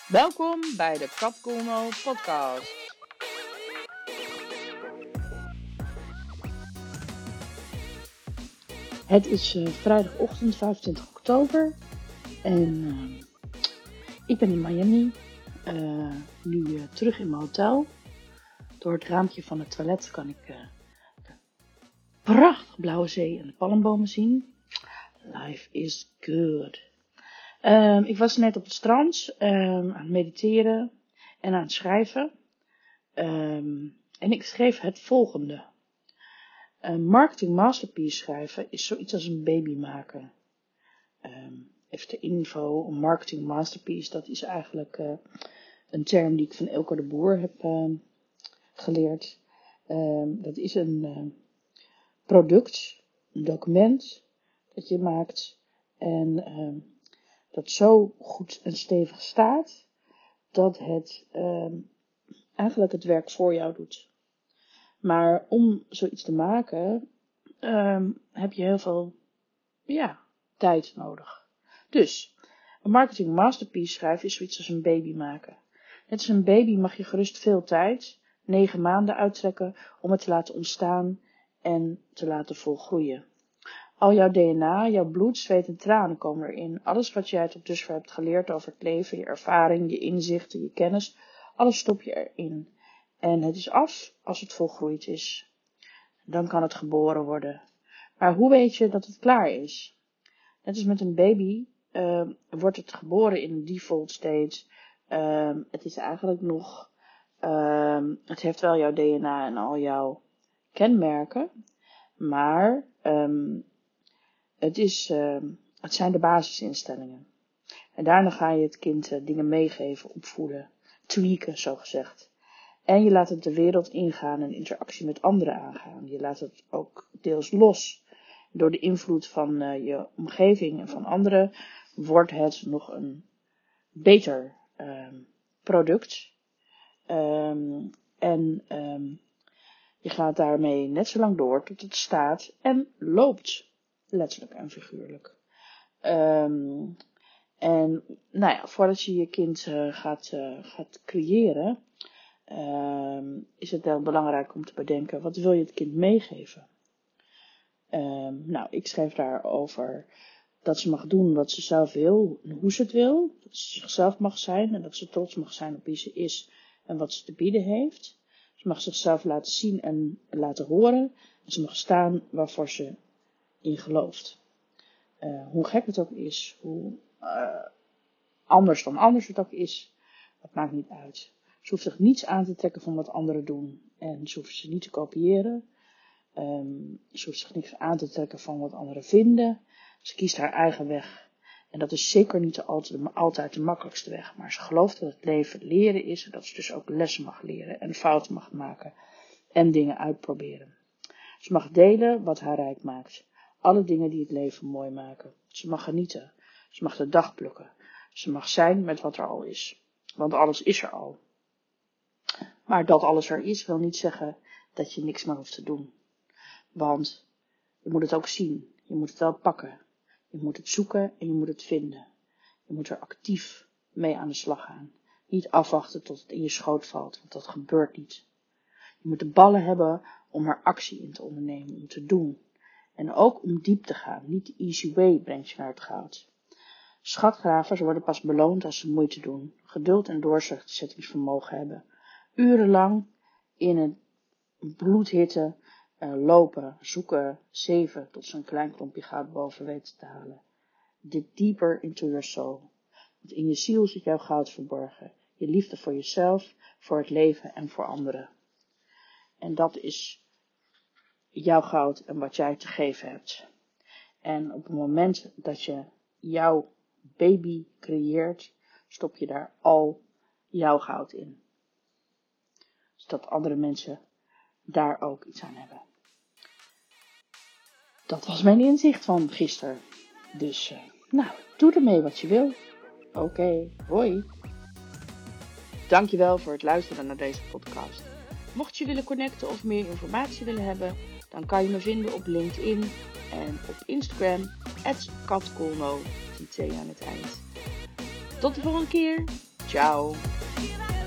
Welkom bij de Kat Colno podcast. Het is vrijdagochtend 25 oktober en ik ben in Miami, nu terug in mijn hotel. Door het raampje van het toilet kan ik de prachtige blauwe zee en de palmbomen zien. Life is good. Ik was net op het strand aan het mediteren en aan het schrijven. En ik schreef het volgende. Een marketing masterpiece schrijven is zoiets als een baby maken. Even ter info, een marketing masterpiece, dat is eigenlijk een term die ik van Elke de Boer heb geleerd. Dat is een product, een document dat je maakt en dat zo goed en stevig staat dat het eigenlijk het werk voor jou doet. Maar om zoiets te maken heb je heel veel tijd nodig. Dus een marketing masterpiece schrijven is zoiets als een baby maken. Net als een baby mag je gerust veel tijd, 9 maanden uittrekken om het te laten ontstaan en te laten volgroeien. Al jouw DNA, jouw bloed, zweet en tranen komen erin. Alles wat jij tot dusver hebt geleerd over het leven, je ervaring, je inzichten, je kennis, alles stop je erin. En het is af als het volgroeid is. Dan kan het geboren worden. Maar hoe weet je dat het klaar is? Net als met een baby wordt het geboren in een default state. Het is eigenlijk nog, het heeft wel jouw DNA en al jouw kenmerken. Maar het zijn de basisinstellingen. En daarna ga je het kind dingen meegeven, opvoeden, tweaken zogezegd. En je laat het de wereld ingaan en interactie met anderen aangaan. Je laat het ook deels los. Door de invloed van je omgeving en van anderen wordt het nog een beter product. Je gaat daarmee net zo lang door tot het staat en loopt. Letterlijk en figuurlijk. Voordat je je kind gaat creëren, is het wel belangrijk om te bedenken, wat wil je het kind meegeven? Ik schreef daarover dat ze mag doen wat ze zelf wil en hoe ze het wil. Dat ze zichzelf mag zijn en dat ze trots mag zijn op wie ze is en wat ze te bieden heeft. Ze mag zichzelf laten zien en laten horen. En ze mag staan waarvoor ze in gelooft. Hoe gek het ook is, hoe anders dan anders het ook is, dat maakt niet uit. Ze hoeft zich niets aan te trekken van wat anderen doen. En ze hoeft ze niet te kopiëren. Ze hoeft zich niks aan te trekken van wat anderen vinden. Ze kiest haar eigen weg. En dat is zeker niet altijd de makkelijkste weg. Maar ze gelooft dat het leven leren is. En dat ze dus ook lessen mag leren. En fouten mag maken. En dingen uitproberen. Ze mag delen wat haar rijk maakt. Alle dingen die het leven mooi maken. Ze mag genieten. Ze mag de dag plukken. Ze mag zijn met wat er al is. Want alles is er al. Maar dat alles er is wil niet zeggen dat je niks meer hoeft te doen. Want je moet het ook zien. Je moet het wel pakken. Je moet het zoeken en je moet het vinden. Je moet er actief mee aan de slag gaan. Niet afwachten tot het in je schoot valt, want dat gebeurt niet. Je moet de ballen hebben om er actie in te ondernemen, om te doen. En ook om diep te gaan. Niet de easy way brengt je naar het goud. Schatgravers worden pas beloond als ze moeite doen. Geduld en doorzettingsvermogen hebben. Urenlang in een bloedhitte lopen, zoeken, zeven tot ze een klein klompje goud boven weten te halen. Dig deeper into your soul. Want in je ziel zit jouw goud verborgen. Je liefde voor jezelf, voor het leven en voor anderen. En dat is jouw goud en wat jij te geven hebt. En op het moment dat je jouw baby creëert, stop je daar al jouw goud in. Zodat andere mensen daar ook iets aan hebben. Dat was mijn inzicht van gisteren. Dus, doe ermee wat je wil. Oké, hoi. Dankjewel voor het luisteren naar deze podcast. Mocht je willen connecten of meer informatie willen hebben, dan kan je me vinden op LinkedIn en op Instagram @katcolno, die 2 aan het eind. Tot de volgende keer. Ciao!